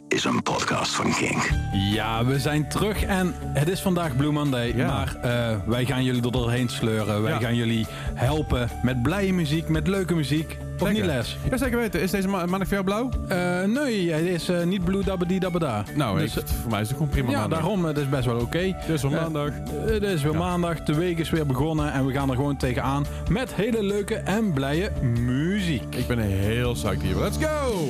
is een podcast van Kink. Ja, we zijn terug en het is vandaag Blue Monday. Ja. Maar wij gaan jullie er doorheen sleuren. Wij gaan jullie helpen met blije muziek, met leuke muziek. Of zeker. Niet, Les? Ja, zeker weten. Is deze maandag voor jou blauw? Nee, het is niet blue dabbedi dabbada. Nou, dus, voor mij is het gewoon prima maandag. Ja, daarom. Het is best wel oké. Het is weer maandag. Het is weer maandag. De week is weer begonnen en we gaan er gewoon tegenaan met hele leuke en blije muziek. Ik ben heel psyched hier. Let's go!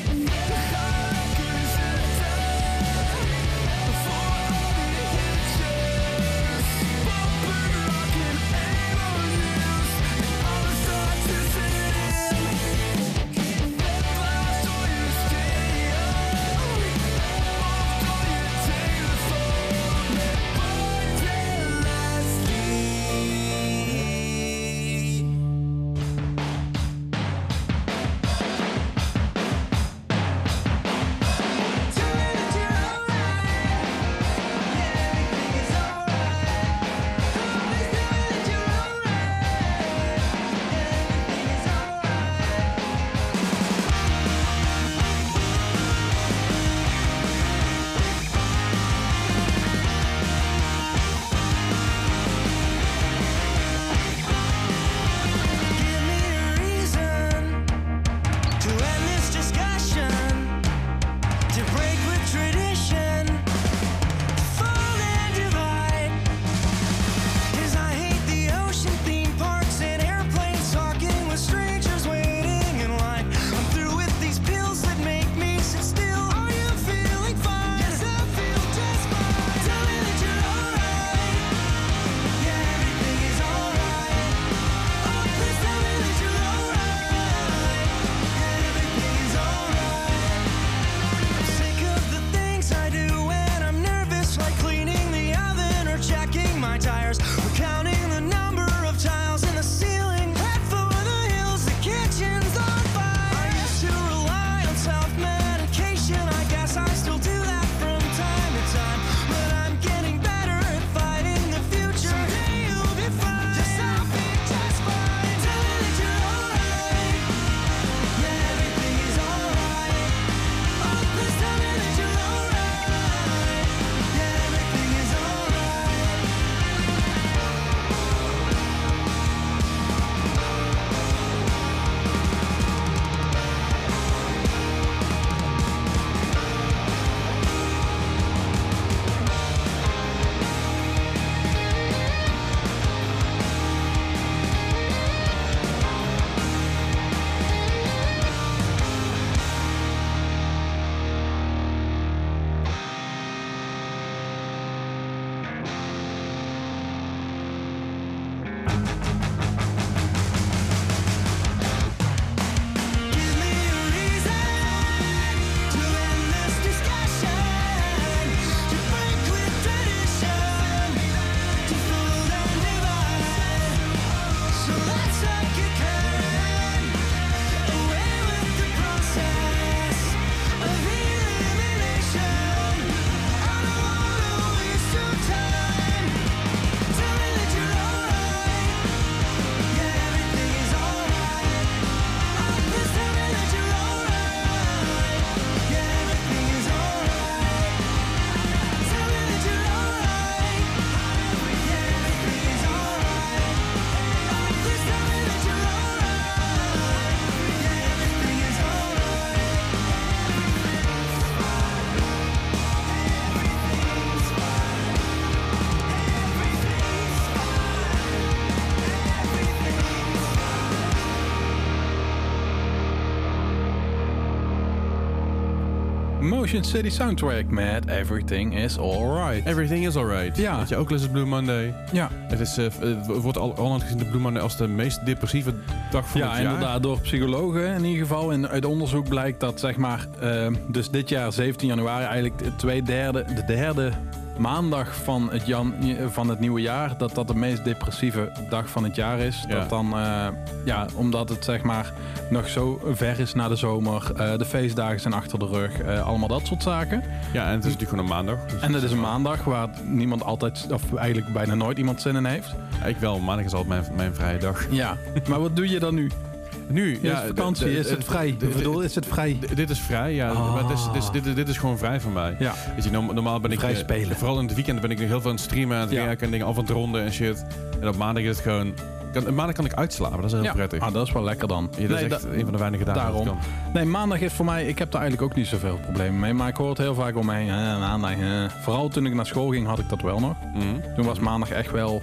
Motion City Soundtrack met Everything is Alright. Everything is Alright. Ja. Weet je, ook is het Blue Monday. Ja. Het wordt al gezien de Blue Monday als de meest depressieve dag van het jaar. Ja, inderdaad. Door psychologen in ieder geval. En uit onderzoek blijkt dat zeg maar, dus dit jaar 17 januari eigenlijk de derde maandag van het nieuwe jaar, dat de meest depressieve dag van het jaar is. Ja. Dat dan, omdat het zeg maar nog zo ver is na de zomer, de feestdagen zijn achter de rug, allemaal dat soort zaken. Ja, en het is natuurlijk gewoon een maandag. Dus en het is een maandag waar niemand altijd, of eigenlijk bijna nooit iemand zin in heeft. Ja, ik wel, maandag is altijd mijn vrije dag. Ja, maar wat doe je dan nu? Nu, Is vakantie, is het vrij? Is het vrij? Dit is vrij, ja. Maar dit is gewoon vrij voor mij. Ja. Weet je, normaal ben ik... Vrij spelen. Vooral in het weekend ben ik nog heel veel aan het streamen, aan het werken en dingen af en te ronden en shit. En op maandag is het gewoon... Maandag kan ik uitslapen, dat is heel prettig. Ah, dat is wel lekker dan. Ja, dat is echt een van de weinige dagen. Daarom. Nee, maandag is voor mij... Ik heb daar eigenlijk ook niet zoveel problemen mee. Maar ik hoor het heel vaak om me heen. Maandag. Vooral toen ik naar school ging, had ik dat wel nog. Toen was maandag echt wel...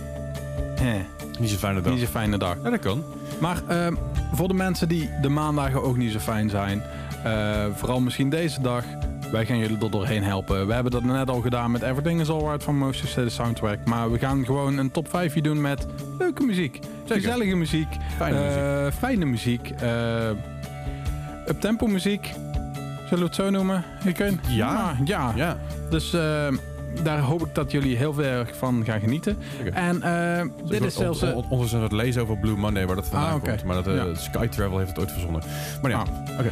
Niet zo'n fijne dag. Niet zo'n fijne dag. Ja, dat kan. Maar voor de mensen die de maandagen ook niet zo fijn zijn... vooral misschien deze dag... Wij gaan jullie er doorheen helpen. We hebben dat net al gedaan met Everything is Alright van Most City Soundtrack. Maar we gaan gewoon een top 5 doen met leuke muziek. Zeker. Gezellige muziek. Fijne muziek. Up-tempo muziek. Zullen we het zo noemen? Ja. Dus daar hoop ik dat jullie heel veel van gaan genieten. Okay. En dit is zelfs... Ondertussen het lezen over Blue Monday, waar dat vandaan komt. Maar Sky Travel heeft het ooit verzonnen. Maar ja, oké.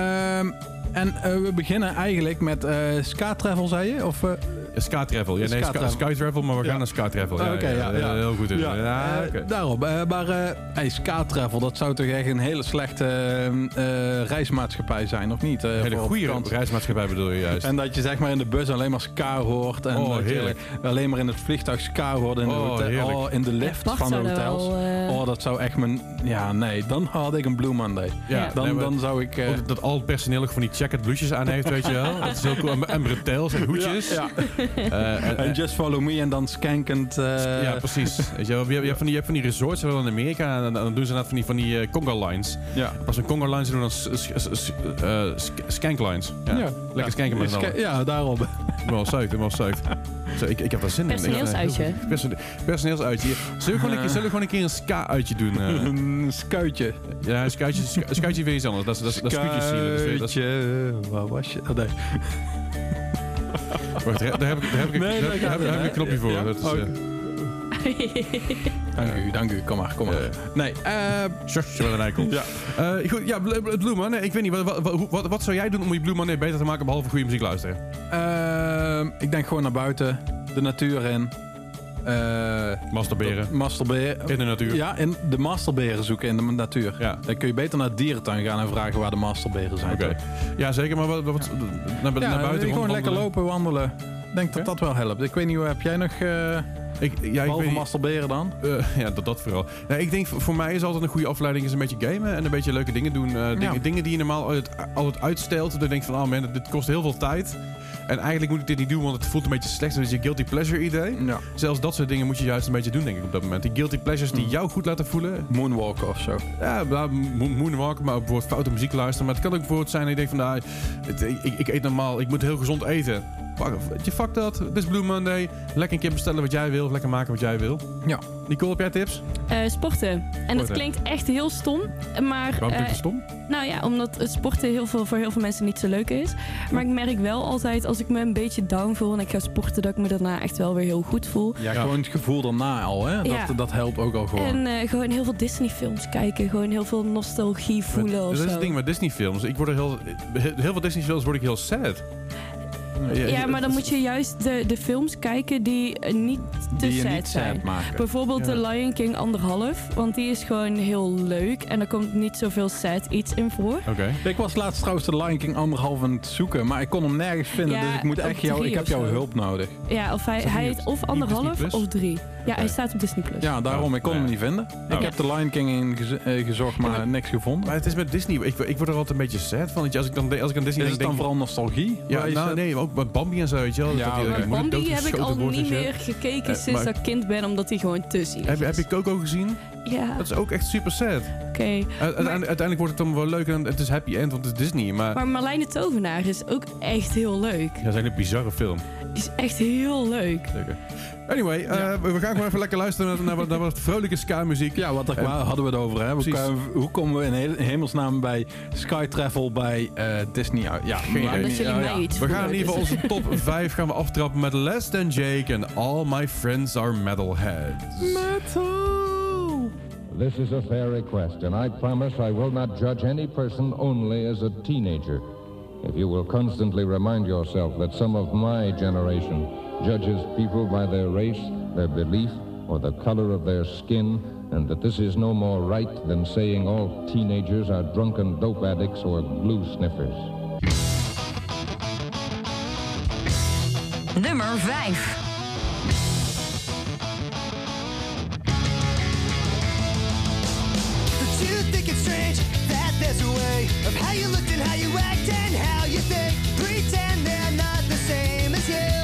En we beginnen eigenlijk met Ska Travel, zei je? Of, Ska Travel. Ja, nee, Sky Travel, maar we gaan naar Ska Travel. Ja, heel goed. Daarom. Maar Ska Travel, dat zou toch echt een hele slechte reismaatschappij zijn, of niet? Een hele goede reismaatschappij bedoel je juist. En dat je zeg maar in de bus alleen maar ska hoort. En dat je alleen maar in het vliegtuig ska hoort. In de lift van de hotels. Dat zou echt mijn... Ja, nee. Dan had ik een Blue Monday. Ja, dan zou ik... dat al het personeel ook van die checked blouses aan heeft, weet je wel. Dat is heel cool. En bretels en hoedjes. Ja. En Just Follow Me en dan skankend... Ja, precies. Weet je, je hebt van die resorts wel in Amerika en dan doen ze net van die Conga lines. Ja. Als een Conga lines doen dan skank lines. Ja. Lekker skanken met z'n allen. Ja, daarom. Wel zuid. Zo, ik heb daar zin in. Personeelsuitje. Zullen we gewoon een keer een ska-uitje doen? Een skuitje. Ja, een skuitje weer iets anders. Dat is skuitje. Waar was je? Oh, nee. Wacht, daar heb ik een knopje voor. Ja? Dank u. Kom maar. Nee, wat een eikel. Goed, Blue Monday. Ik weet niet, wat zou jij doen om je Blue Monday beter te maken, behalve goede muziek luisteren? Ik denk gewoon naar buiten, de natuur in. Masturberen. In de natuur. Ja, in de masturberen zoeken in de natuur. Ja. Dan kun je beter naar de dierentuin gaan en vragen waar de masturberen zijn. Okay. Ja, zeker. Maar wat naar buiten gewoon lekker lopen, wandelen. Ik denk dat wel helpt. Ik weet niet, hoe heb jij nog... behalve masturberen dan? Dat vooral. Nee, ik denk, voor mij is altijd een goede afleiding is een beetje gamen en een beetje leuke dingen doen. Dingen die je normaal altijd uitstelt. Dan denk je van, dit kost heel veel tijd. En eigenlijk moet ik dit niet doen, want het voelt een beetje slecht. Dat is je guilty pleasure idee. Ja. Zelfs dat soort dingen moet je juist een beetje doen, denk ik, op dat moment. Die guilty pleasures die jou goed laten voelen. Moonwalken of zo. Ja, moonwalken, maar ook bijvoorbeeld foute muziek luisteren. Maar het kan ook bijvoorbeeld zijn dat je denkt van, ik eet normaal, ik moet heel gezond eten. Fuck dat. Dit is Blue Monday. Lekker een keer bestellen wat jij wil. Lekker maken wat jij wil. Ja. Nicole, heb jij tips? Sporten. En dat klinkt echt heel stom. Maar, waarom klinkt het stom? Nou ja, omdat het sporten voor heel veel mensen niet zo leuk is. Maar ik merk wel altijd als ik me een beetje down voel en ik ga sporten, dat ik me daarna echt wel weer heel goed voel. Ja, gewoon het gevoel daarna al, hè? Dat helpt ook al gewoon. En gewoon heel veel Disney films kijken. Gewoon heel veel nostalgie voelen of zo. Dat is het ding met Disney films. Ik word heel veel Disney films word ik heel sad. Ja, maar dan moet je juist de films kijken die niet te sad zijn. Bijvoorbeeld The Lion King 1,5. Want die is gewoon heel leuk. En er komt niet zoveel sad iets in voor. Ik was laatst trouwens The Lion King 1,5 aan het zoeken. Maar ik kon hem nergens vinden. Dus ik moet echt ik heb jouw hulp nodig. Ja, of hij heet of 1,5 of 3. Ja, hij staat op Disney+. Ja, daarom. Ik kon hem niet vinden. Ik heb The Lion King gezocht, maar niks gevonden. Maar het is met Disney. Ik word er altijd een beetje sad van. Als ik aan Disney denk... Is het dan vooral nostalgie? Ja, nee, ook met Bambi en zo, weet je wel. Bambi heb ik al niet meer gekeken sinds ik kind ben, omdat hij gewoon te zielig is. Heb je Coco gezien? Ja. Dat is ook echt super sad. Uiteindelijk wordt het dan wel leuk en het is happy end, want het is Disney. Maar Marlijn de Tovenaar is ook echt heel leuk. Ja, dat is een bizarre film. Die is echt heel leuk. Anyway, we gaan gewoon even lekker luisteren naar wat vrolijke ska-muziek. Ja, waar hadden we het over, hè? Hoe komen we in hemelsnaam bij Sky Travel bij Disney uit? Ja, geen idee. We gaan in ieder geval onze top 5 gaan we aftrappen met Less Than Jake en All My Friends Are Metalheads. Metal! This is a fair request, and I promise I will not judge any person only as a teenager. If you will constantly remind yourself that some of my generation judges people by their race, their belief, or or the color of their skin, and that this is no more right than saying all teenagers are drunken dope addicts or glue sniffers. Nummer 5. There's a way of how you looked and how you act and how you think. Pretend they're not the same as you.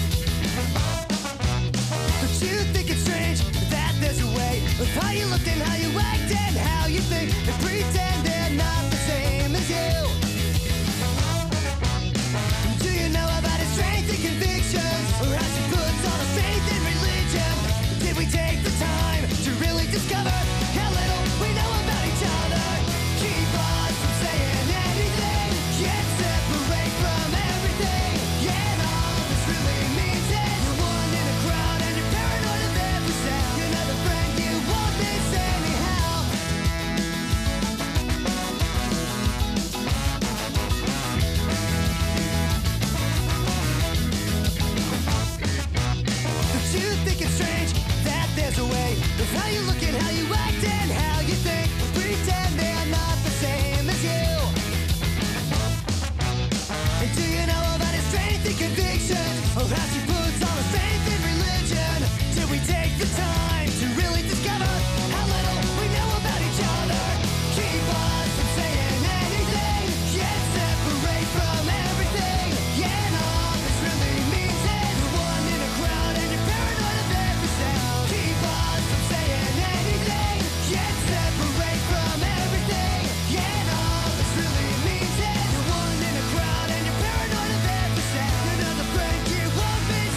But you think it's strange that there's a way of how you looked and how you act and how you think. And pretend they're not the same as you. Do you know about his strength and convictions, or how she puts all her faith in religion? Did we take the time to really discover how little we know about each other? Keep us from saying anything, can't separate from everything. Yeah, and all this really means is you're one in a crowd and you're paranoid of every sound. You're not the friend you want this anyhow. But you think it's strange that there's a way of how you look and how you act and how you think. Pretend they're not the same as you. And do you know about his strength and convictions, or how she puts all her faith in religion? Did we take the time to really discover how little we know about each other? Keep us from saying anything, can't separate from everything. Yeah, and all this really means is you're one in a crowd and you're paranoid of every sound. Keep us from saying anything, can't separate from everything. Yeah, and all this really means is you're one in a crowd and you're paranoid of every sound. You're not the friend you want, bitch.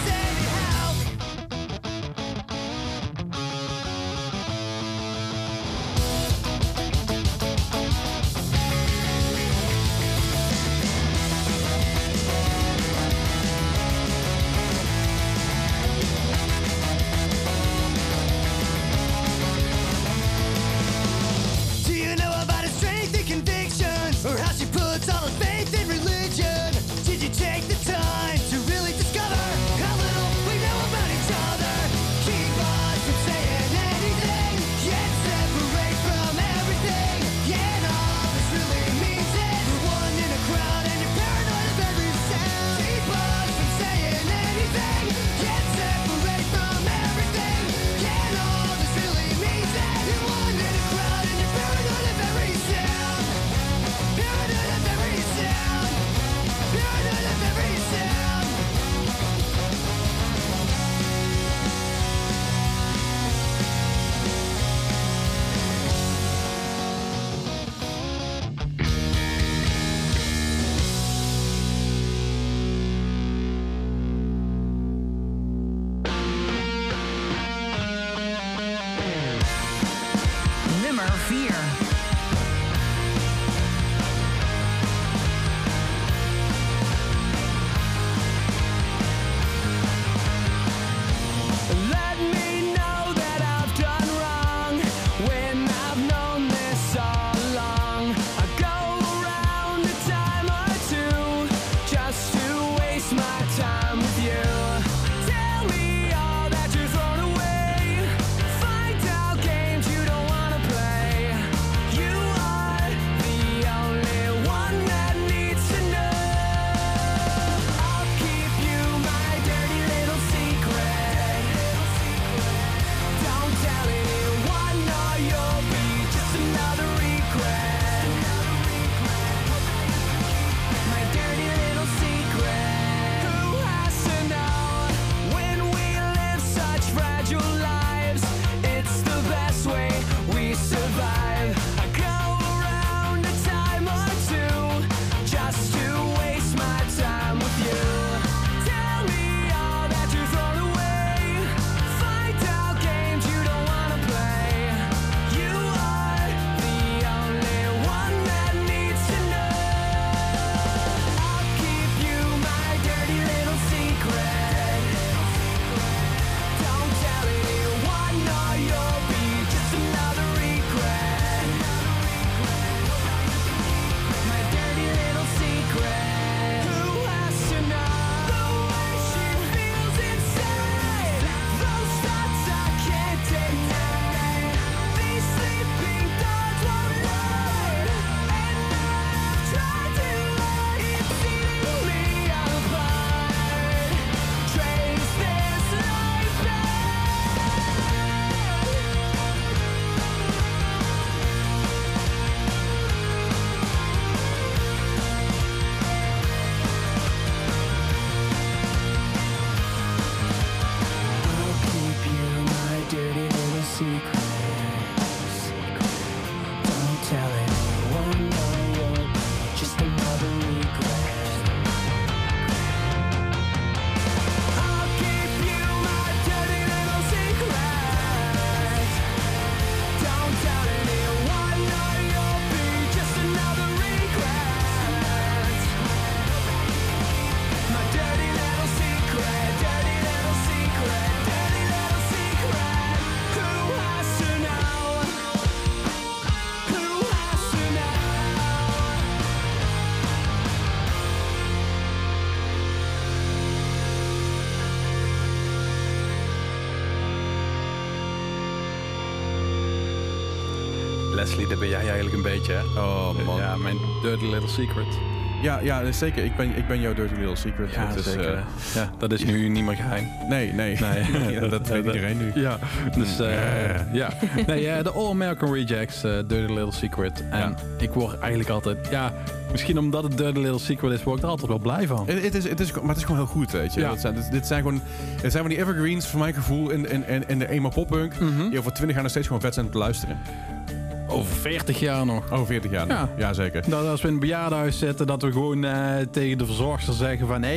Leslie, dat ben jij eigenlijk een beetje, hè? Oh man. Ja, mijn dirty little secret. Ja, zeker. Ik ben jouw dirty little secret. Ja, dat zeker. Dat is nu niet meer geheim. Nee. Ja, dat weet iedereen nu. Ja, dus ja. Nee, de All American Rejects, Dirty Little Secret. En ik word eigenlijk altijd, misschien omdat het Dirty Little Secret is, word ik er altijd wel blij van. Maar het is gewoon heel goed, weet je. Ja. Dit zijn van die evergreens, voor mijn gevoel, in de emo poppunk, die over 20 jaar nog steeds gewoon vet zijn te luisteren. Over 40 jaar nog. Over 40 jaar nog. Ja, zeker. Dat als we in het bejaardenhuis zitten, dat we gewoon tegen de verzorgster zeggen van...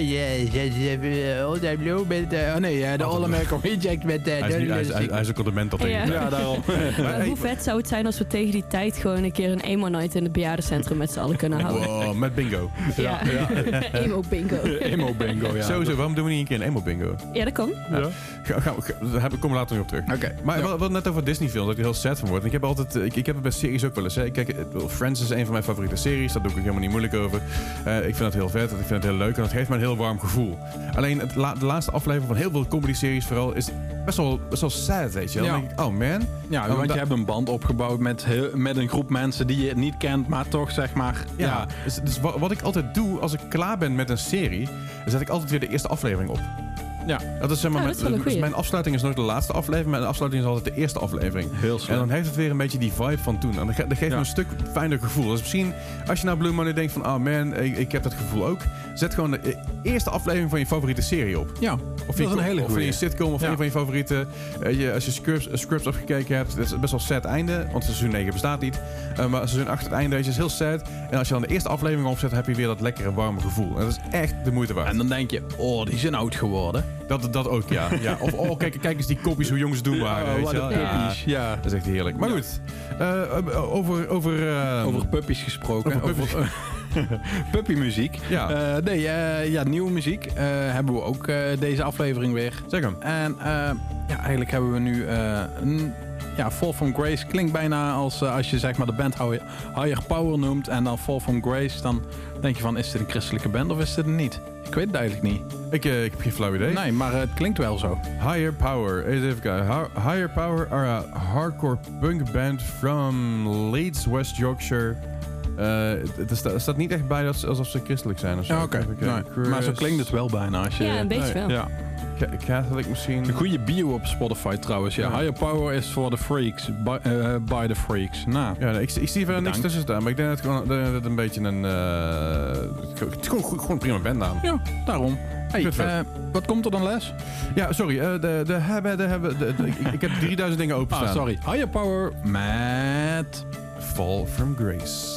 de All American Reject met... Hij is ook al dement al tegen. Ja, daarom. Hoe vet zou het zijn als we tegen die tijd gewoon een keer een emo-night in het bejaardencentrum met z'n allen kunnen houden? Wow, met bingo. Ja. Emo-bingo. Emo-bingo, ja. Sowieso, waarom doen we niet een keer een emo-bingo? Ja, dat kan. Ja. Daar komen we later nog op terug. Okay. Maar we hadden net over Disney-films, dat ik er heel sad van word. Ik heb altijd... Ik heb het bij series ook wel eens. Hè. Kijk, Friends is een van mijn favoriete series. Daar doe ik ook helemaal niet moeilijk over. Ik vind het heel vet. Ik vind het heel leuk. En dat geeft me een heel warm gevoel. Alleen de laatste aflevering van heel veel comedy-series vooral is best wel sad, weet je wel. Dan denk ik, oh man. Ja, want je hebt een band opgebouwd met een groep mensen die je niet kent, maar toch zeg maar... Ja. Dus wat ik altijd doe als ik klaar ben met een serie, dan zet ik altijd weer de eerste aflevering op. Ja, dat is zeg maar. Mijn afsluiting is nooit de laatste aflevering. Mijn afsluiting is altijd de eerste aflevering. Heel slim. En dan heeft het weer een beetje die vibe van toen. En dat geeft me een stuk fijner gevoel. Dus misschien als je naar Blue Monday denkt van... Oh man, ik heb dat gevoel ook. Zet gewoon de eerste aflevering van je favoriete serie op. Ja, of dat is een hele goeie. Of je sitcom of een van je favoriete... als je Scrubs afgekeken hebt... Dat is best wel sad einde. Want seizoen 9 bestaat niet. Maar seizoen 8 het einde is heel sad. En als je dan de eerste aflevering opzet... heb je weer dat lekkere warme gevoel. En dat is echt de moeite waard. En dan denk je... Oh, die zijn oud geworden. Dat ook, ja. Of kijk eens die kopjes hoe jong ze doen waren. Weet je wel? Ja, dat is echt heerlijk. Maar goed, over puppies gesproken. Over puppymuziek. Ja. Nieuwe muziek hebben we ook deze aflevering weer. Zeg hem. En eigenlijk hebben we nu... Fall from Grace klinkt bijna als je zeg maar de band Higher Power noemt en dan Fall from Grace, dan denk je van, is dit een christelijke band of is dit niet? Ik weet het eigenlijk niet. Ik heb geen flauw idee. Nee, maar het klinkt wel zo. Higher Power. Even kijken. Higher Power are a hardcore punk band from Leeds, West Yorkshire. Er staat niet echt bij alsof ze christelijk zijn of zo. Ja, oké. Nee. Maar zo klinkt het wel bijna. Als je, een beetje wel. Ja. Catholic misschien. Een goede bio op Spotify trouwens. Ja. Higher Power is for the freaks. By the freaks. Nou. Ja, ik zie verder niks tussen staan. Maar ik denk dat het een beetje een... het is gewoon een prima bandnaam. Ja, daarom. Hey, wat komt er dan, Les? Ja, sorry. Ik heb 3000 dingen openstaan. Sorry. Higher Power met... Fall from Grace.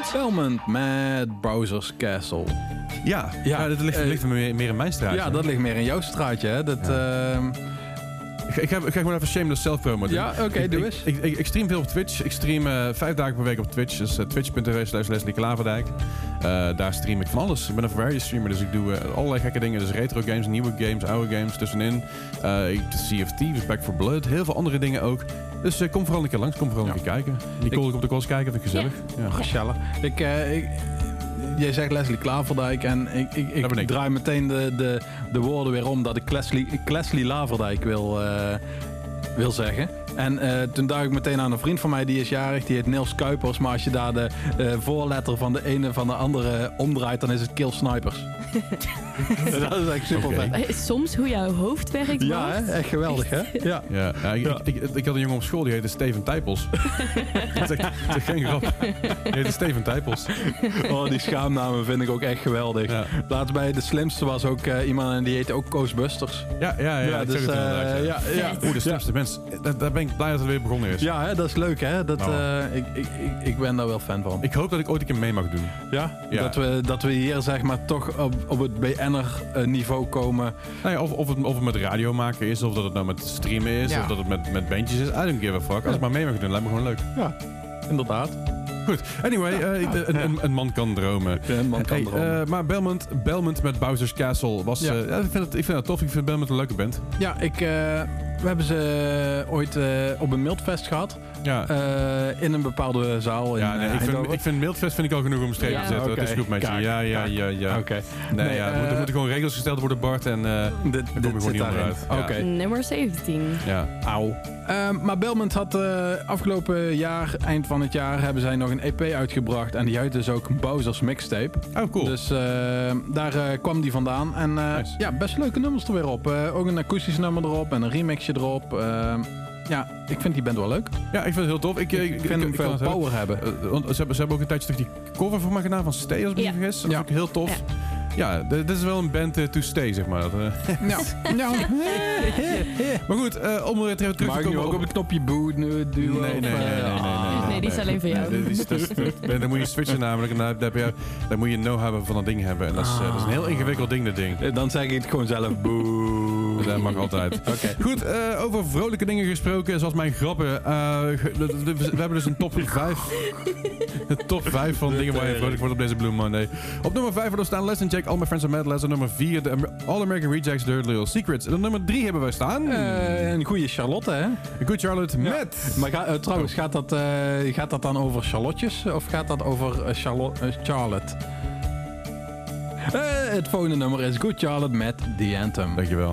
Belmont met Bowser's Castle. Ja, dat ligt meer in mijn straatje. Ja, dat ligt meer in jouw straatje. Hè? Ik ga gewoon even shameless self-promo doen. Ja, oké, doe eens. Ik stream veel op Twitch. Ik stream 5 dagen per week op Twitch. Dus twitch.tv/Leslie Klaverdijk. Daar stream ik van alles. Ik ben een variety streamer, dus ik doe allerlei gekke dingen. Dus retro games, nieuwe games, oude games tussenin. Sea of Thieves, Back 4 Blood. Heel veel andere dingen ook. Dus kom vooral een keer langs. Kom vooral een keer kijken. Nicole op de kost kijken, vind ik gezellig. Ja. Gezellig. Jij zegt Leslie Klaverdijk en ik draai meteen de woorden weer om dat ik Leslie Laverdijk wil zeggen. En toen dacht ik meteen aan een vriend van mij, die is jarig, die heet Niels Kuipers. Maar als je daar de voorletter van de ene van de andere omdraait, dan is het Kill Snipers. Dat is echt super vet. Soms hoe jouw hoofd werkt. Ja, hè? Echt geweldig, hè? Ja. Ik had een jongen op school, die heette Steven Tijpels. Dat is echt geen grap. Die heette Steven Tijpels. Oh, die schaamnamen vind ik ook echt geweldig. Ja. Laatst bij De Slimste was ook iemand en die heette ook Ghostbusters. Ja, dus, de slimste mensen. Daar ben ik blij dat het weer begonnen is. Ja, hè, dat is leuk, hè? Ik ben daar wel fan van. Ik hoop dat ik ooit een keer mee mag doen. Ja? Dat we hier zeg maar toch op het BN'er-niveau komen. Nou ja, of het met radio maken is, of dat het nou met streamen is, of dat het met bandjes is. I don't give a fuck. Als ik maar mee mag doen, lijkt me gewoon leuk. Ja, inderdaad. Goed, anyway, een man kan dromen. Ja, een man kan dromen. Maar Belmont met Bowser's Castle was... ik vind het tof. Ik vind Belmont een leuke band. Ja, we hebben ze ooit op een Mildfest gehad. Ja. In een bepaalde zaal. Ik vind Mildfest vind ik al genoeg om streep te zetten. Het is goed met je. Ja. Oké. Er moeten gewoon regels gesteld worden, Bart. En daar kom je gewoon niet onderuit. Okay. Nummer 17. Ja. Auw. Maar Belmont had afgelopen jaar, eind van het jaar, hebben zij nog een EP uitgebracht. En die heet dus ook Bowser's Mixtape. Oh, cool. Dus daar kwam die vandaan. En nice. Best leuke nummers er weer op. Ook een akoestisch nummer erop en een remixje erop. Ik vind die band wel leuk. Ja, ik vind het heel tof. Ik vind hem veel power hebben. Want ze hebben ook een tijdje terug die cover voor mij gedaan van Stay, als ik me niet vergis. Dat vind ik heel tof. Ja, dit is wel een band to stay, zeg maar. Maar goed, om er even terug te komen... Mag ik nu ook op het knopje boot duwen? Nee, die is alleen voor jou. Dan moet je switchen namelijk. En dan moet je een know-how van dat ding hebben. En dat is een heel ingewikkeld ding, dat ding. Dan zeg ik het gewoon zelf. Boe. Dat mag altijd. Okay. Goed, over vrolijke dingen gesproken, zoals mijn grappen. We hebben dus een top 5. Een top 5 van dingen waar je vrolijk wordt op deze Blue Monday. Op nummer 5 hebben we staan Less Than Jack, All My Friends Are Mad Less. En nummer 4, de All American Rejects, Dirty Little Secrets. En op nummer 3 hebben wij staan... een goede Charlotte, hè? Een goede Charlotte met... Maar trouwens, gaat dat dan over Charlotjes? Of gaat dat over Charlotte? Het volgende nummer is Good Charlotte met The Anthem. Dankjewel.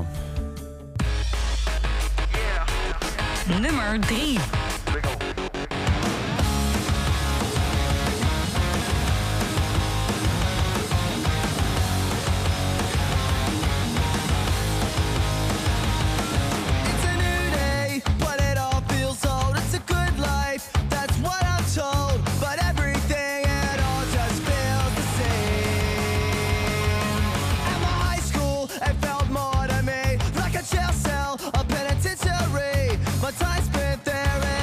Nummer 3. A penitentiary, my time spent there.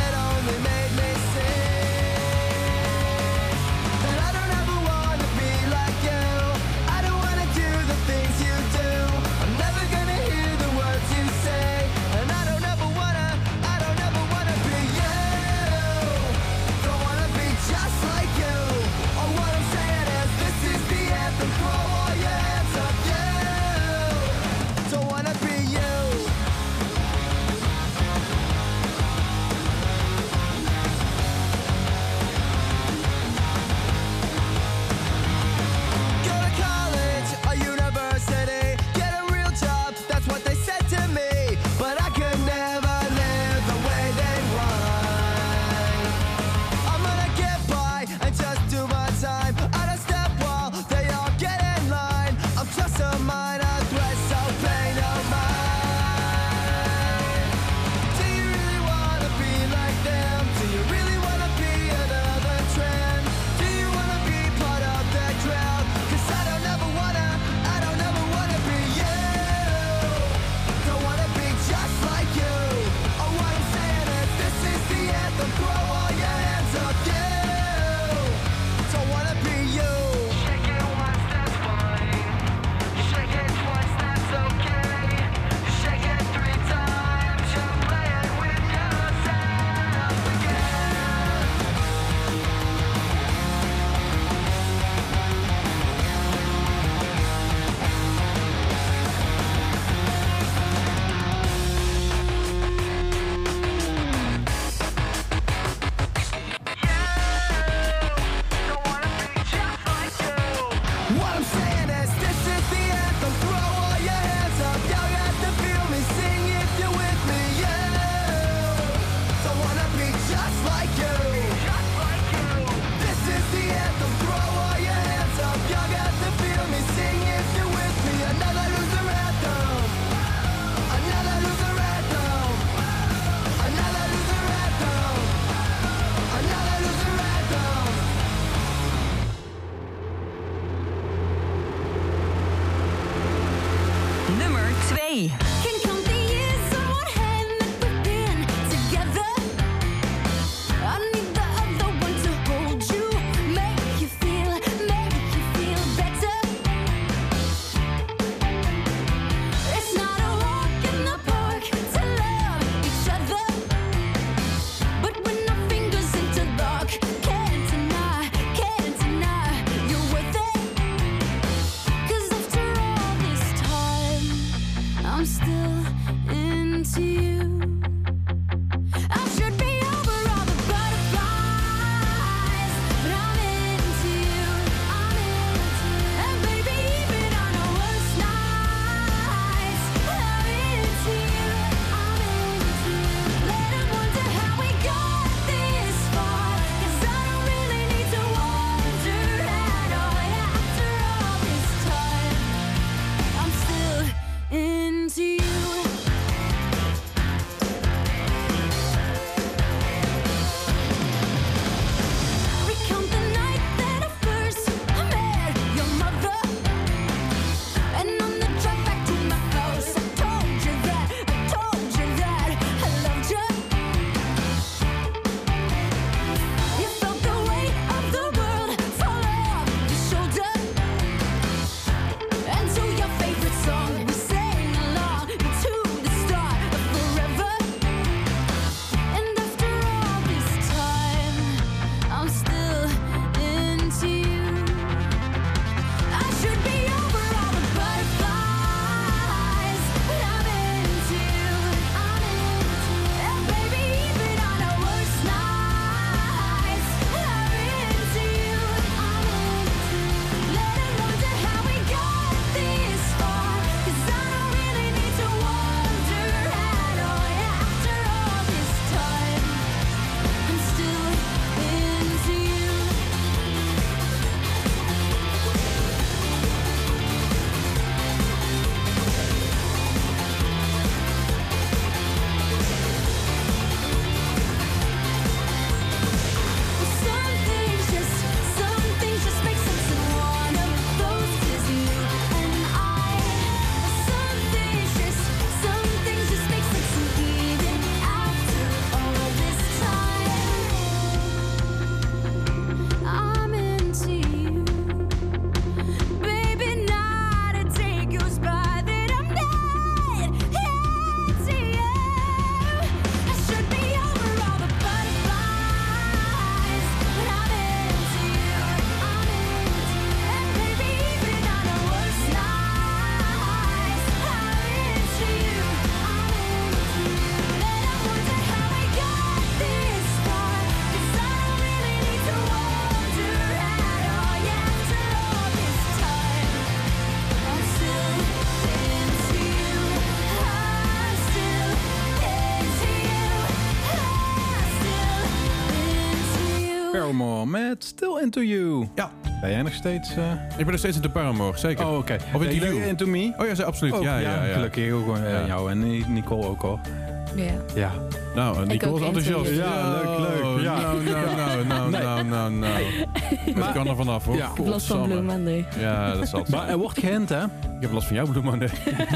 Paramore met Still Into You. Ja. Ben jij nog steeds... Ik ben nog steeds into Paramore, zeker. Oh, oké. Of Into You. Into Me? Oh ja, absoluut. Ook, ja. Gelukkig ook jou en Nicole ook hoor. Ja. Nou, Nicole is enthousiast. Ja, leuk. Ja. Nou. Maar ik kan er vanaf hoor. Ja. Ik heb last van Blue Monday. Ja, dat zal. Maar er wordt gehint, hè? Ik heb last van jou, Blue Monday.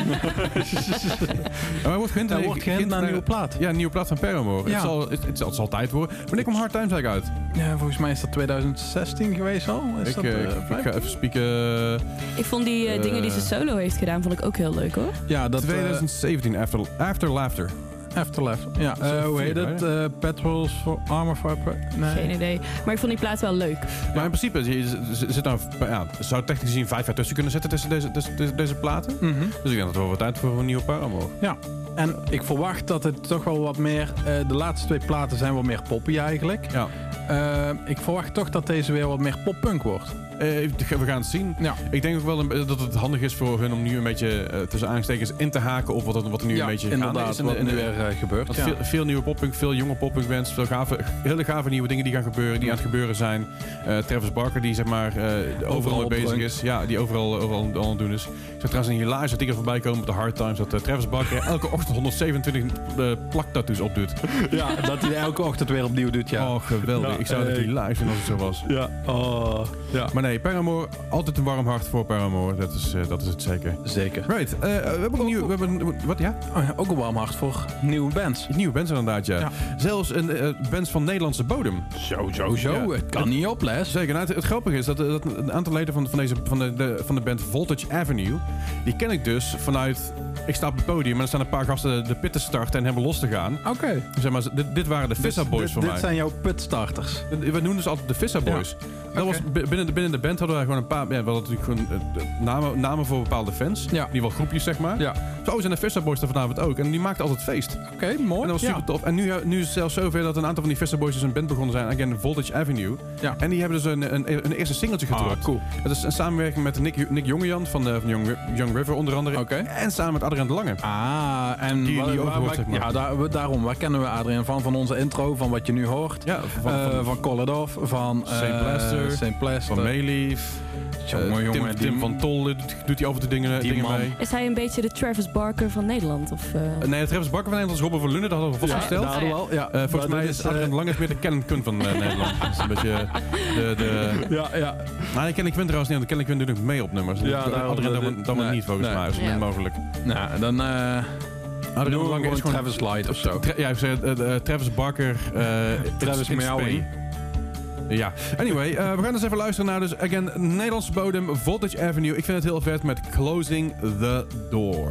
Maar er wordt gehint naar een nieuwe plaat. Ja, een nieuwe plaat van Paramore. Ja. Het zal tijd worden. Wanneer komt Hard Times eigenlijk uit? Ja, volgens mij is dat 2016 geweest al. Ik ga even spieken. Ik vond die dingen die ze solo heeft gedaan, vond ik ook heel leuk hoor. Ja, dat 2017, After Laughter. Afterlife. Ja, hoe heet het? Patrols for Armor Fire? Nee. Geen idee. Maar ik vond die plaat wel leuk. Maar in principe zit nou, zou technisch gezien 5 jaar tussen kunnen zitten tussen deze platen. Mm-hmm. Dus ik denk dat het wel wat tijd voor een nieuwe Paramore. Ja. En ik verwacht dat het toch wel wat meer... de laatste 2 platen zijn wat meer poppy eigenlijk. Ja. Ik verwacht toch dat deze weer wat meer pop-punk wordt. We gaan het zien. Ja. Ik denk ook wel dat het handig is voor hun om nu een beetje tussen aanstekens in te haken op wat er nu een beetje gaande is. Wat nu weer gebeurt. Ja. Veel nieuwe poppunk, veel jonge poppunk bands, veel hele gave nieuwe dingen die gaan gebeuren, die aan het gebeuren zijn. Travis Barker die zeg maar overal mee bezig is. Ja, die overal aan het doen is. Ik zag trouwens een hilarische artikel voorbij komen op de Hard Times dat Travis Barker elke ochtend 127 plaktattoos opdoet. Ja, dat hij elke ochtend weer opnieuw doet, ja. Oh, geweldig. Ja, ik zou het hilarisch vinden als het zo was. Ja. Oh, ja. Maar nee, Paramore, altijd een warm hart voor Paramore. Dat is het zeker. Zeker. Right. We hebben een nieuw... Wat, ja? Oh, ja? Ook een warm hart voor nieuwe bands. Nieuwe bands inderdaad, ja. Zelfs een bands van Nederlandse bodem. Zo. Ja. Het kan niet op, Les. Zeker. Nou, het grappige is dat een aantal leden van de band Voltage Avenue, die ken ik dus vanuit... Ik sta op het podium en er staan een paar gasten de pit te starten en helemaal los te gaan. Oké. Zeg maar, dit waren de Vissa Boys voor mij. Dit zijn jouw putstarters. We noemen ze altijd de Vissa Boys. Ja. Dat was, binnen de band hadden we gewoon een paar... Ja, we hadden natuurlijk gewoon namen voor bepaalde fans. Ja. In ieder geval groepjes, zeg maar. Ja. Zo zijn de Vissa Boys er vanavond ook. En die maakten altijd feest. Oké, mooi. En dat was super tof. En nu is het zelfs zover dat een aantal van die Vissa Boys dus een band begonnen zijn. Again, Voltage Avenue. Ja. En die hebben dus een eerste singeltje gedropt. Cool. Het is een samenwerking met Nick Jongejan van Young River onder andere. Okay. En samen met Adriaan de Lange. En die overhoort, zeg maar. Ja, daarom. Waar kennen we Adriaan van? Van onze intro, van wat je nu hoort. Ja, van Call It Off, van Saint Blaster, van Mayleaf. Tim van Tol doet hij af en toe dingen mee. Is hij een beetje de Travis Barker van Nederland? Of, Nee, de Travis Barker van Nederland is Robin van Lunden. Dat hadden we vastgesteld. Ja, dat wel. Ja. Volgens mij is Adriaan Lang meer de Kellen Kun van Nederland. Dat is een beetje Ja. Nou, Kellen Kun trouwens niet, want Kellen Kun doet ook mee op nummers. Ja, Adriaan dan niet volgens mij. Zo min mogelijk. Nou, dan... Adriaan Lang is gewoon Travis Light of zo. Ja, ik zei Travis Barker. Travis Meowie. Ja, anyway, we gaan eens even luisteren naar dus, again, Nederlandse bodem, Voltage Avenue. Ik vind het heel vet met Closing the Door.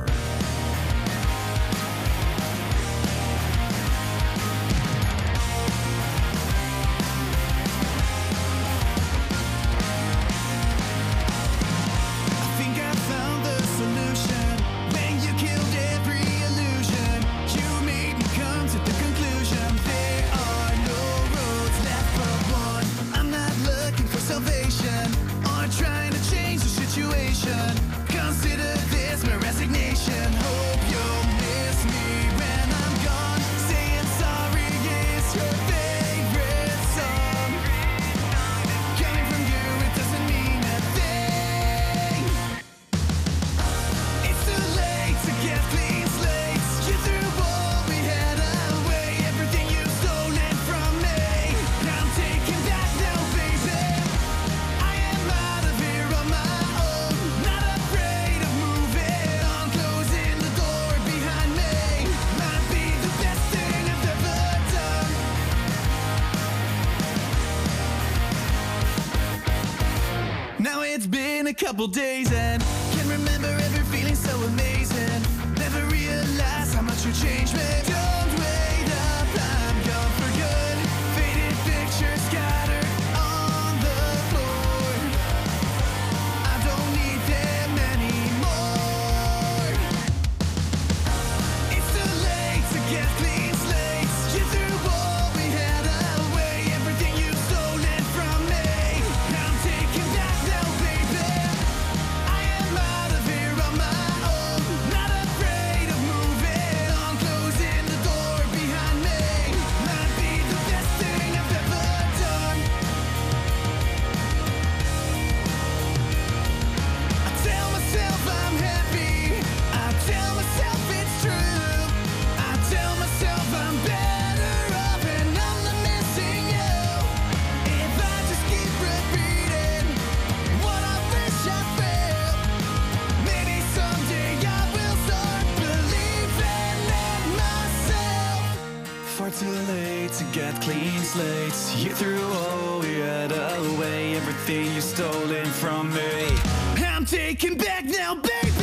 Couple days and can remember ever feeling so amazing. Never realized how much you changed me. Don't wait up, I'm gone for good. Faded pictures scattered on the floor. I don't need them anymore. It's too late to get clean slates. You threw all we had away. Everything you've stolen from me. I'm taking back now, baby. Out of here on my own, not afraid of moving on, closing the door. away everything you stolen from me. I'm taking back now, baby.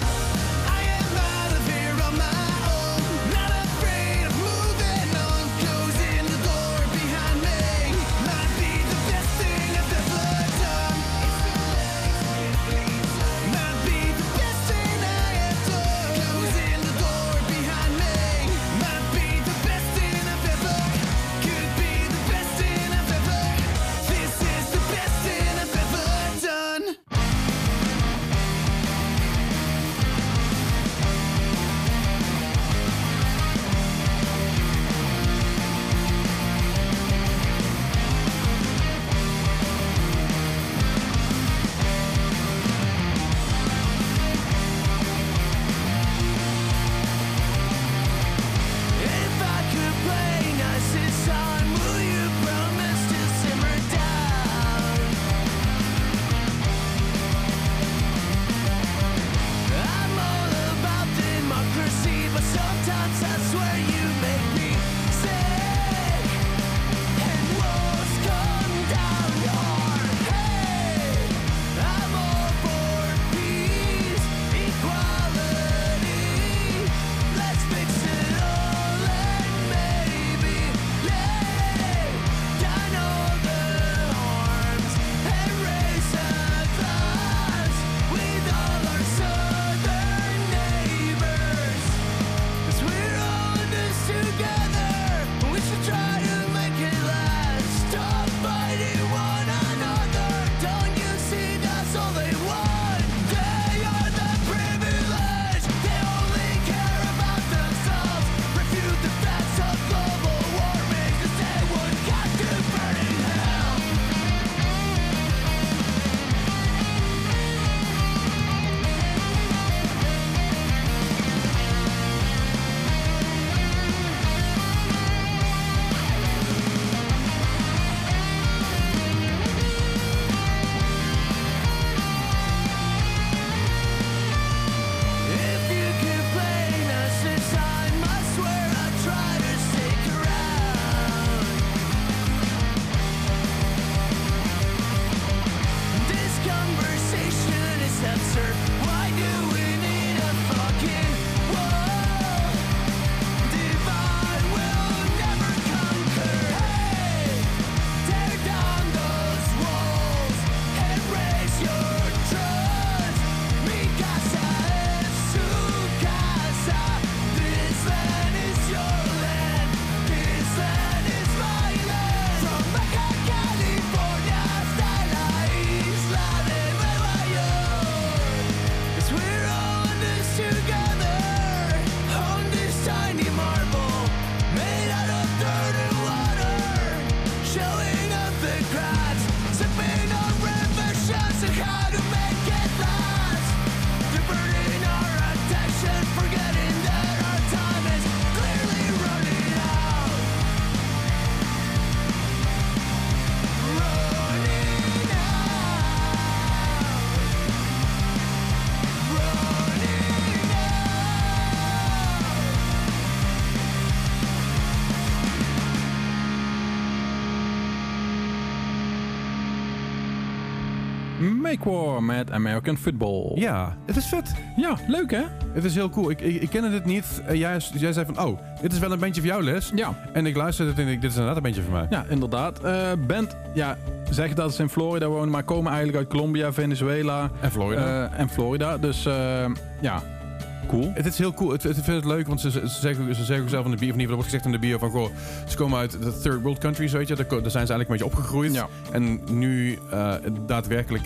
Make War met American Football. Ja, het is vet. Ja, leuk hè? Het is heel cool. Ik kende dit niet. Jij zei van, oh, dit is wel een bandje voor jou, Les. Ja. En ik luisterde het en dit is inderdaad een bandje voor mij. Ja, inderdaad. Band, ja, zeg dat ze in Florida wonen, maar komen eigenlijk uit Colombia, Venezuela. En Florida. Dus ja, cool. Het is heel cool. Ik vind het leuk, want ze zeggen ook zelf in de bio, of niet, er wordt gezegd in de bio van, goh, ze komen uit de third world countries, weet je. Daar zijn ze eigenlijk een beetje opgegroeid. Ja. En nu daadwerkelijk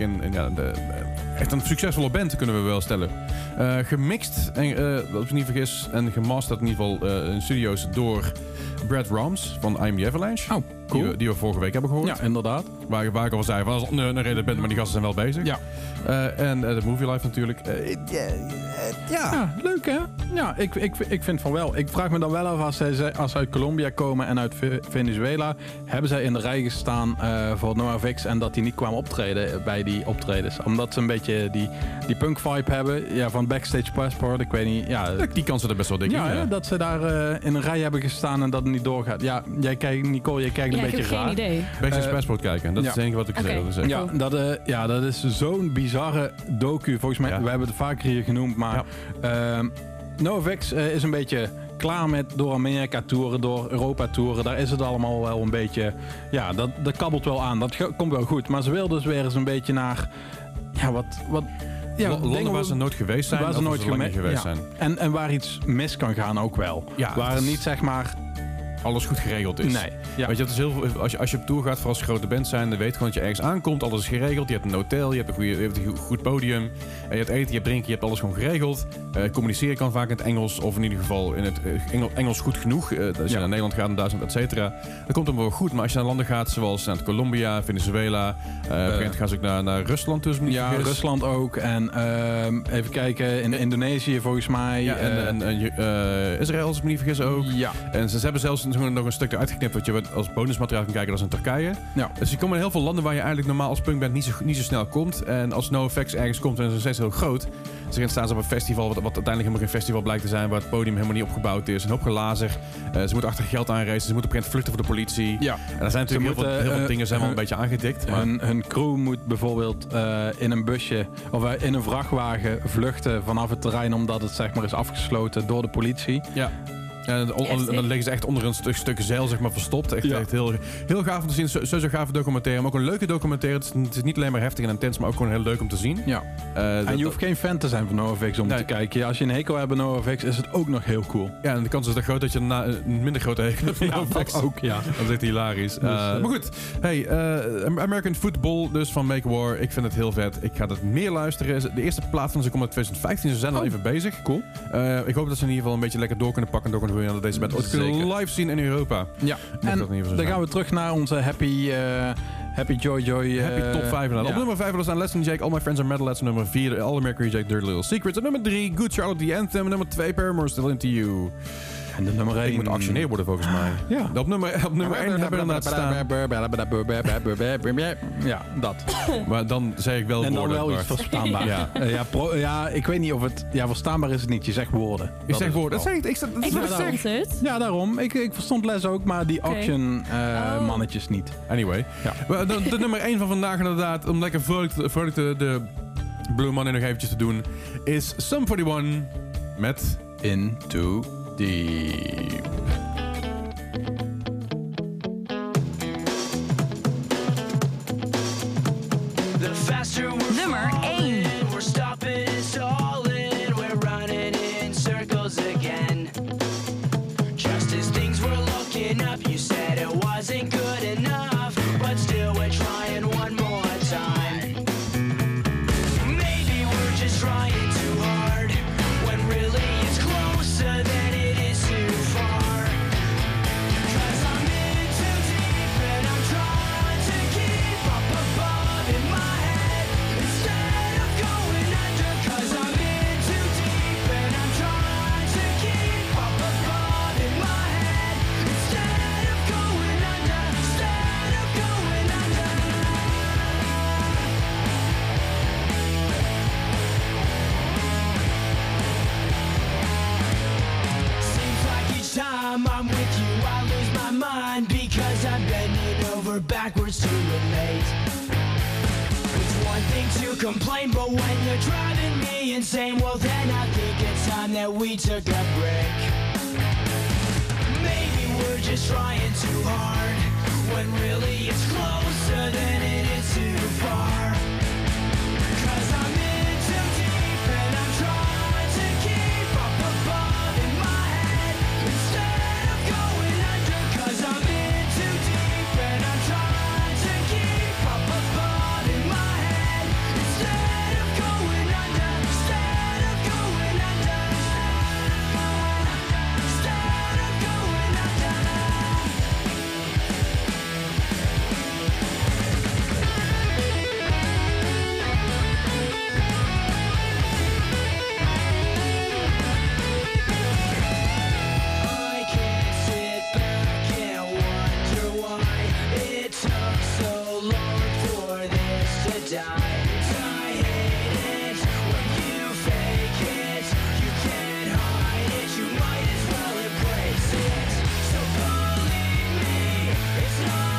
echt een succesvolle band, kunnen we wel stellen. Gemixt, als ik niet vergis, en gemasterd in ieder geval in studio's door Brad Rams van I'm the Avalanche. Oh, cool. Die we vorige week hebben gehoord. Ja, inderdaad. Waar ik al zei, was een reden band, maar die gasten zijn wel bezig. Ja. En de Movie Life natuurlijk. Ja, leuk hè? Ja, ik vind van wel. Ik vraag me dan wel af, als ze uit Colombia komen en uit Venezuela, hebben zij in de rij gestaan voor NoFX en dat die niet kwamen optreden bij die optredens. Omdat ze een beetje die punk vibe hebben. Ja, van Backstage Passport, ik weet niet. Ja, die kansen er best wel dik in. Ja, dat ze daar in een rij hebben gestaan en dat het niet doorgaat. Ja, Nicole, jij kijkt een beetje raar. Ik heb geen idee. Backstage Passport kijken. Dat is het enige wat ik gezegd heb. Ja, dat is zo'n bizarre docu. Volgens mij, we hebben het vaker hier genoemd, maar NoFX is een beetje klaar met door Amerika toeren, door Europa toeren. Daar is het allemaal wel een beetje... Ja, dat kabbelt wel aan. Dat komt wel goed. Maar ze wil dus weer eens een beetje naar... Ja, wat landen waar ze nooit geweest zijn. Waar ze nooit geweest zijn. En waar iets mis kan gaan ook wel. Ja, waar niet zeg maar... alles goed geregeld is. Nee. Ja. Weet je, het is heel veel, als je op tour gaat, vooral als je grote band zijn, dan weet gewoon dat je ergens aankomt, alles is geregeld. Je hebt een hotel, je hebt een goed podium, je hebt eten, je hebt drinken, je hebt alles gewoon geregeld. Communiceren kan vaak in het Engels, of in ieder geval in het Engels goed genoeg. Als je naar Nederland gaat, naar Duitsland, et cetera, dan komt het wel goed. Maar als je naar landen gaat, zoals naar Colombia, Venezuela, op een gegeven moment gaan ze ook naar Rusland. Dus Rusland ook. En even kijken, in Indonesië volgens mij. Ja, en Israël, als ik me niet vergis ook. Ja. En ze hebben zelfs nog een stuk eruit geknipt wat je als bonusmateriaal kan kijken, dat is in Turkije. Ja. Dus je komt in heel veel landen waar je eigenlijk normaal als punkband niet zo snel komt. En als NoFX ergens komt en is het steeds heel groot. Ze gaan staan op een festival, wat uiteindelijk helemaal geen festival blijkt te zijn, waar het podium helemaal niet opgebouwd is. Een hoop glazer. Ze moeten achter geld aanreizen. Ze moeten op een vluchten voor de politie. Ja. En er zijn natuurlijk heel veel dingen zijn wel een beetje aangedikt. Maar hun crew moet bijvoorbeeld in een busje of in een vrachtwagen vluchten vanaf het terrein, omdat het zeg maar is afgesloten door de politie. Ja. En dan liggen ze echt onder een stuk zeil zeg maar verstopt. Echt heel gaaf om te zien. Sowieso gaaf documentaire. Maar ook een leuke documentaire. Het is niet alleen maar heftig en intens, maar ook gewoon heel leuk om te zien. Ja. En je hoeft geen fan te zijn van NoFX om te kijken. Ja, als je een hekel hebt aan NoFX, is het ook nog heel cool. Ja, en de kans is dan groot dat je een minder grote hekel hebt van NoFX. Ook, ja. Dat is echt hilarisch. Maar goed. Hey, American Football dus van Make War. Ik vind het heel vet. Ik ga het meer luisteren. De eerste plaat van ze komt uit 2015. Ze zijn al even bezig. Cool. Ik hoop dat ze in ieder geval een beetje lekker door kunnen pakken. Dat deze band ooit kunnen live zien in Europa. Ja, en dan gaan we terug naar onze Happy Joy. Happy top 5. Op nummer 5 staan Less Than Jake, All My Friends Are Metalheads. Nummer 4, All American Reject, Dirty Little Secrets. En nummer 3, Good Charlotte, The Anthem. En nummer 2, Paramore, Still Into You. En de nummer 1 moet actioneer worden volgens mij. Ja. Op nummer 1 hebben we inderdaad staan. Ja, dat. Maar dan zeg ik wel en woorden. En dan wel iets verstaanbaar. Ja, ik weet niet of het... Ja, verstaanbaar is het niet. Je zegt woorden. Je zegt woorden. Dat zeg ik. Ik verstond het. Ja, daarom. Ik verstond Les ook, maar die action mannetjes niet. Anyway. Ja. De nummer 1 van vandaag inderdaad, om lekker vrolijk de Blue Monday nog eventjes te doen, is Sum 41 met Into Deep. Nummer 1. We're stopping and stalling. We're running in circles again. Just as things were looking up, you said it wasn't good enough, but still we're trying one more time. Maybe we're just trying too hard, when really it's closer than it is too far. 'Cause I'm in too deep and I'm trying to keep up above in my head instead of going under. 'Cause I'm in too deep and I'm trying to keep up above in my head instead of going under. Instead of going under. Seems like each time I'm with you, I lose my mind because I'm bending over backwards to relate. It's one thing to complain, but when you're driving me insane, well then I think it's time that we took a break. Maybe we're just trying too hard, when really it's closer than it is too far. 'Cause I'm in too deep and I'm trying to keep up above in my head instead of going under. 'Cause I'm in too deep and I'm trying to keep up above in my head instead of going under. Instead of going under. Instead of going under. I can't sit back and wonder why it took so long for this to die. I hate it when you fake it. You can't hide it. You might as well embrace it. So believe me, it's not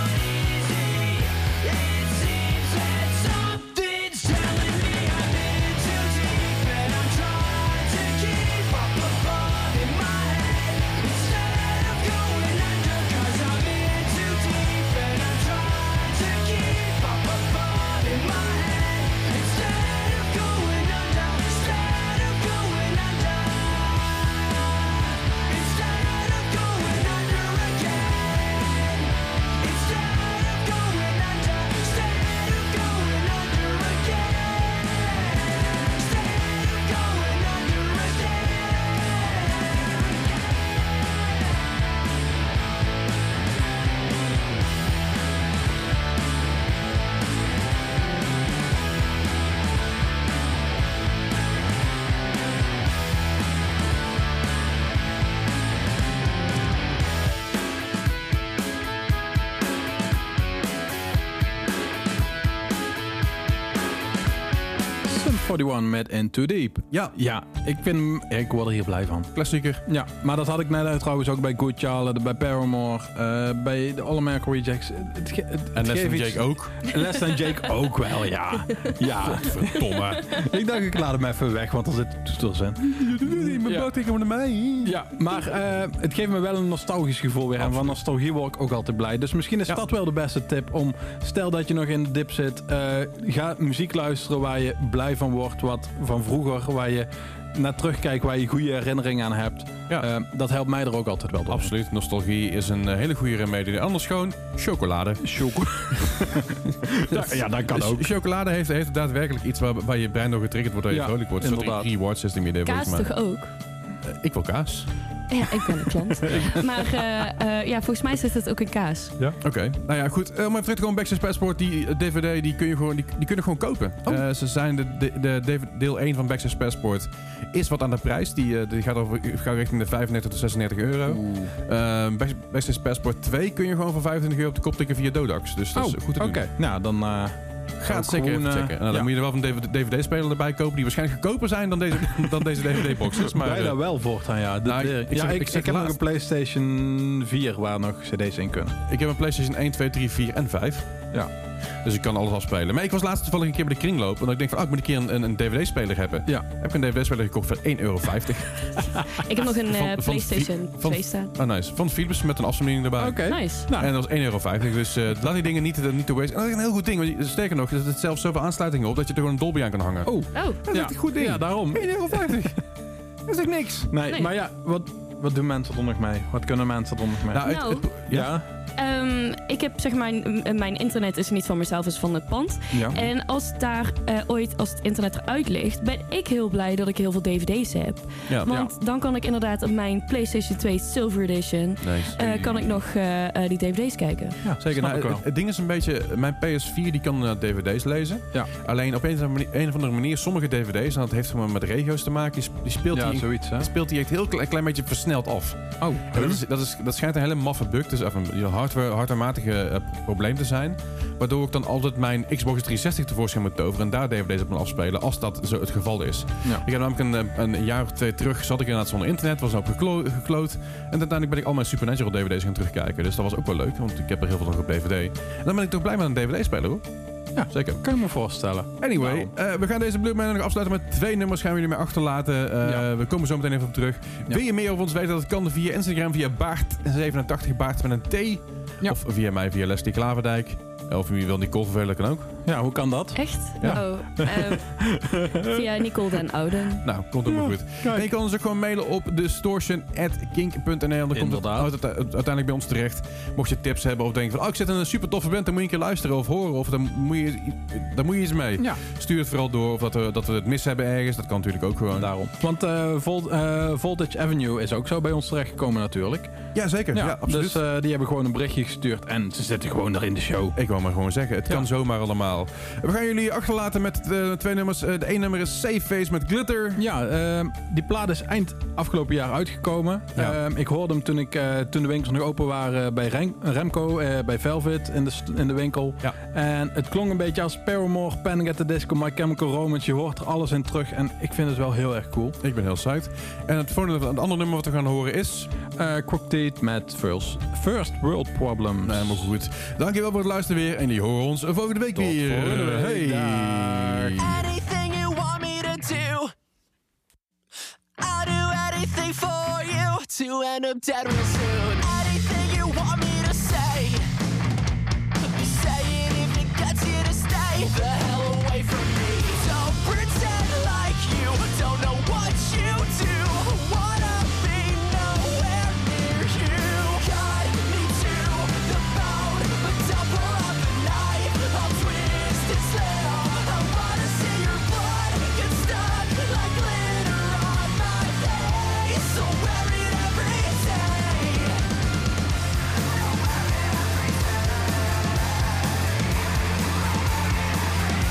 41 met In Too Deep. Ja, ik word er hier blij van. Klassieker. Ja, maar dat had ik net trouwens ook bij Good Charlotte, bij Paramore, bij de All American Rejects. En Less Than Jake ook. Less Than Jake ook wel, ja. Verdomme. Ik dacht, ik laat hem even weg, want er zit toeters in. Mijn boot naar mij. Ja, maar het geeft me wel een nostalgisch gevoel weer. En van nostalgie word ik ook altijd blij. Dus misschien is dat wel de beste tip om, stel dat je nog in de dip zit, ga muziek luisteren waar je blij van wordt, wat van vroeger, waar je naar terugkijkt, waar je goede herinneringen aan hebt. Ja. Dat helpt mij er ook altijd wel door. Absoluut. Nostalgie is een hele goede remedie. Anders gewoon chocolade. Ja, dat kan ook. Chocolade heeft daadwerkelijk iets waar je brein door getriggerd wordt, waar je vrolijk wordt. Een soort reward system idee. Kaas toch ook? Ik wil kaas. Ja, ik ben een klant. Maar volgens mij zit het ook in kaas. Ja? Oké. Nou ja, goed. Om even terug te komen, Backstage Passport, die DVD, die kun je gewoon kopen. Ze zijn de deel 1 van Backstage Passport is wat aan de prijs. Die gaat richting de 35 tot 36 euro. Backstage Passport 2 kun je gewoon voor 25 euro op de kop tikken via Dodax. Dus dat is goed te doen. Oké. Nou, dan ga het zeker even checken. Dan moet je er wel een DVD-speler erbij kopen die waarschijnlijk goedkoper zijn dan deze DVD-boxes. Maar wij daar wel voortaan, ja. Ik heb nog een PlayStation 4 waar nog cd's in kunnen. Ik heb een PlayStation 1, 2, 3, 4 en 5. Ja. Dus ik kan alles afspelen. Maar ik was laatst toevallig een keer bij de kringloop. En ik denk van, ik moet een keer een DVD-speler hebben. Ja. Heb ik een DVD-speler gekocht voor €1,50. Ik heb nog een PlayStation 2 staan. Oh, nice. Van Philips met een afstandsbediening erbij. Oké. Nice. En dat was €1,50. Dus laat die dingen niet te waste. En dat is een heel goed ding. Want sterker nog, er zit zelfs zoveel aansluitingen op dat je er gewoon een Dolby aan kan hangen. Oh. Dat is echt een goed ding. Ja, daarom. €1,50. Dat is echt niks. Nee, maar ja, wat doen mensen er nog mee? Wat kunnen mensen er nog mee? Ik heb zeg maar, mijn internet is niet van mezelf, is van het pand. Ja. En als daar als het internet eruit ligt, ben ik heel blij dat ik heel veel dvd's heb. Ja. Want dan kan ik inderdaad op mijn PlayStation 2 Silver Edition kan ik nog die dvd's kijken. Ja, zeker. Het ding is een beetje, mijn PS4 die kan dvd's lezen. Ja. Alleen op een of andere manier, sommige dvd's, en dat heeft gewoon met regio's te maken, die speelt die echt heel klein beetje versneld af. Oh. Dat schijnt een hele maffe bug, dus even hardwarematige probleem te zijn. Waardoor ik dan altijd mijn Xbox 360 tevoorschijn moet toveren en daar dvd's op moet afspelen, als dat zo het geval is. Ja. Ik heb namelijk een jaar of 2 terug, zat ik inderdaad zonder internet, was ook gekloot. En uiteindelijk ben ik al mijn Supernatural dvd's gaan terugkijken. Dus dat was ook wel leuk, want ik heb er heel veel nog op dvd. En dan ben ik toch blij met een dvd-speler, hoor. Ja, zeker. Kan je me voorstellen. Anyway, we gaan deze Blue Man nog afsluiten met 2 nummers. Gaan we jullie mee achterlaten. We komen zo meteen even op terug. Ja. Wil je meer over ons weten? Dat kan via Instagram, via Baart87, Baart met een T. Ja. Of via mij, via Leslie Klaverdijk. Of wie wil Nicole vervelen, kan ook. Ja, hoe kan dat? Echt? Ja. Via Nicole den Ouden. Nou, komt ook wel goed. En je kan ons ook gewoon mailen op distortion@kink.nl. Dan komt het uiteindelijk bij ons terecht. Mocht je tips hebben of denken van, ik zit in een super toffe band, dan moet je een keer luisteren of horen. Of dan moet je iets mee. Ja. Stuur het vooral door. Of dat we het mis hebben ergens. Dat kan natuurlijk ook gewoon. Daarom. Want Voltage Avenue is ook zo bij ons terechtgekomen natuurlijk. Ja, zeker. Ja, absoluut. Dus die hebben gewoon een berichtje gestuurd en ze zitten gewoon er in de show. Ik wou maar gewoon zeggen, het kan zomaar allemaal. We gaan jullie achterlaten met 2 nummers. De 1 nummer is Safe Face met Glitter. Ja, die plaat is eind afgelopen jaar uitgekomen. Ja. Ik hoorde hem toen de winkels nog open waren bij Remco, bij Velvet in de winkel. Ja. En het klonk een beetje als Paramore, Panic at the Disco, My Chemical Romance. Je hoort er alles in terug en ik vind het wel heel erg cool. Ik ben heel psyched. En het andere nummer wat we gaan horen is Crooked met First World Problems. Helemaal goed. Dankjewel voor het luisteren weer en die horen ons volgende week weer. Hey. Anything you want me to do, I'll do anything for you to end up dead real soon. Anything you want me to say, say it if it gets you to stay the hell away from me. Don't pretend like you don't know what you do. Wanna be nowhere near you. Cut me to the bone, but don't pull out the knife. I'll twist and slit. I wanna see your blood get stuck like glitter on my face. So wear it every day. So wear it every day.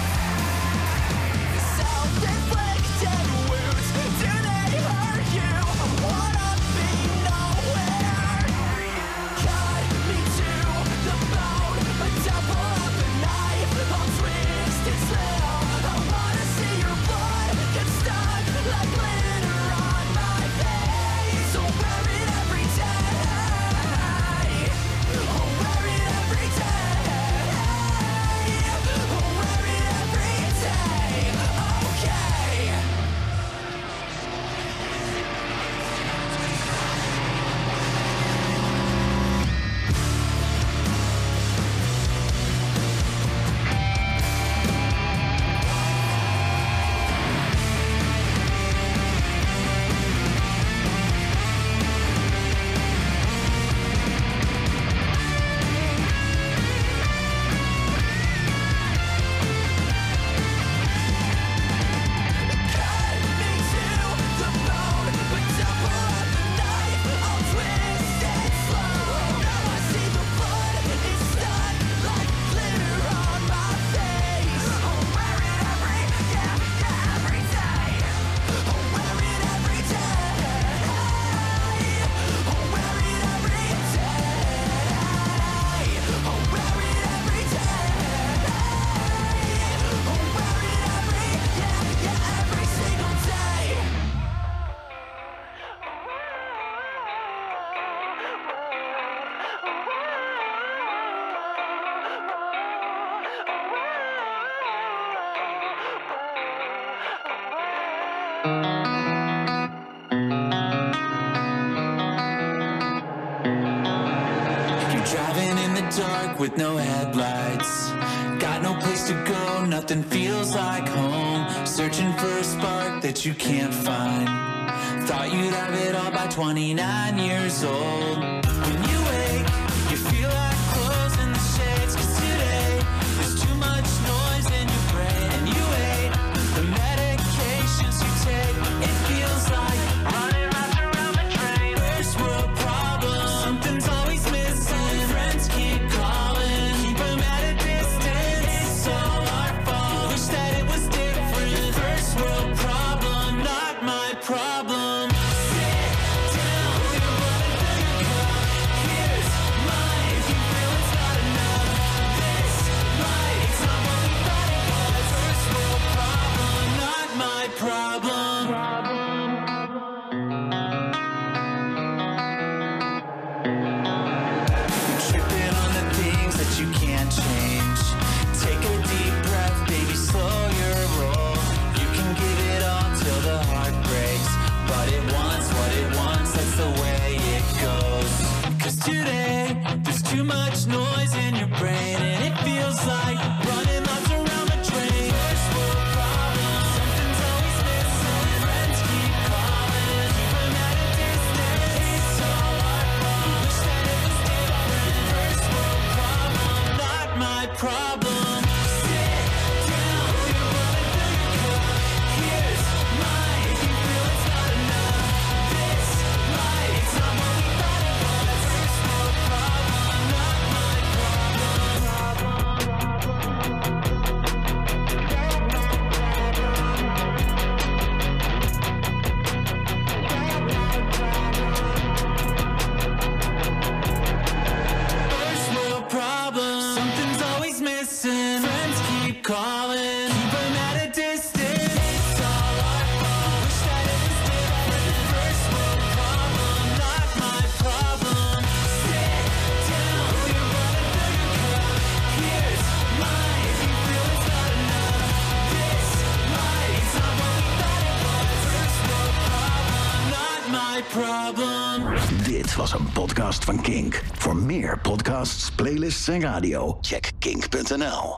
Driving in the dark with no headlights. Got no place to go, nothing feels like home. Searching for a spark that you can't find. Thought you'd have it all by 29 years old. When you wake, you feel like closing the shades. 'Cause today, there's too much noise in your brain. And you ate the medications you take. It feels like running laps around the train. First world problems, something's always missing. Friends keep calling, keep them at a distance. It's all our fault, wish that it was different. First world problem, not my problem. Sit down, you're running through your cup. Here's mine, if you feel it's not enough. This light, it's not what we thought it was. First world problem, not my problem. Tripping on the things that you can't change. Take a deep breath, baby, slow your roll. You can give it all till the heart breaks, but it wants what it wants, that's the way it goes. 'Cause today, there's too much noise in your brain, and it feels like running laps around the train. First world problem, something's always missing. Friends keep calling, keep them at a distance. It's all our fault, wish that it was different. First world problem, not my problem. Sit down, you're running through your cup. Here's mine, if you feel it's not enough. This light, it's not what we thought it was. First world problem, not my First world problem, something's always missing. Friends keep calling, keep them at a distance. It's all our fault, wish that it was different. First world problem, not my problem. Sit down, you're running through your cup. Here's mine, if you feel it's not enough. This light, it's not what we thought it was. First world problem, not my problem. Dit was een podcast van Kink. Voor meer podcasts, playlists en radio, check kink.nl.